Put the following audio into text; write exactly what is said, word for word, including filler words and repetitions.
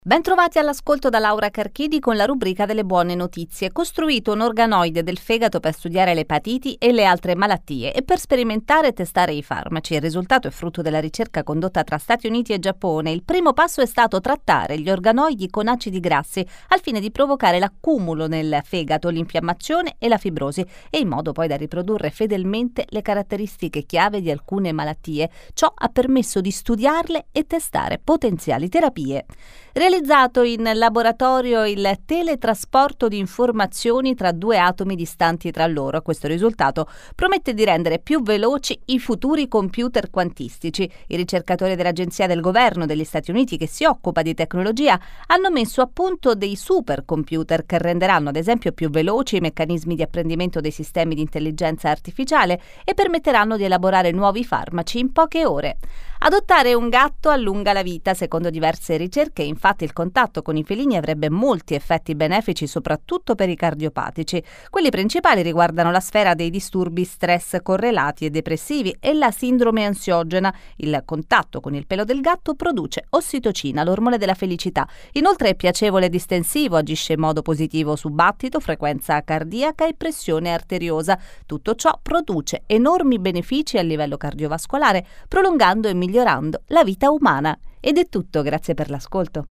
Bentrovati all'ascolto da Laura Carchidi con la rubrica delle buone notizie. Costruito un organoide del fegato per studiare le epatiti e le altre malattie e per sperimentare e testare i farmaci. Il risultato è frutto della ricerca condotta tra Stati Uniti e Giappone. Il primo passo è stato trattare gli organoidi con acidi grassi al fine di provocare l'accumulo nel fegato, l'infiammazione e la fibrosi e in modo poi da riprodurre fedelmente le caratteristiche chiave di alcune malattie. Ciò ha permesso di studiarle e testare potenziali terapie. Realizzato in laboratorio il teletrasporto di informazioni tra due atomi distanti tra loro. Questo risultato promette di rendere più veloci i futuri computer quantistici. I ricercatori dell'Agenzia del Governo degli Stati Uniti che si occupa di tecnologia hanno messo a punto dei supercomputer che renderanno ad esempio più veloci i meccanismi di apprendimento dei sistemi di intelligenza artificiale e permetteranno di elaborare nuovi farmaci in poche ore. Adottare un gatto allunga la vita, secondo diverse ricerche. Infatti il contatto con i felini avrebbe molti effetti benefici, soprattutto per i cardiopatici. Quelli principali riguardano la sfera dei disturbi stress correlati e depressivi e la sindrome ansiogena. Il contatto con il pelo del gatto produce ossitocina, l'ormone della felicità. Inoltre è piacevole e distensivo, agisce in modo positivo su battito, frequenza cardiaca e pressione arteriosa. Tutto ciò produce enormi benefici a livello cardiovascolare, prolungando e migliorando la vita umana. Ed è tutto, grazie per l'ascolto.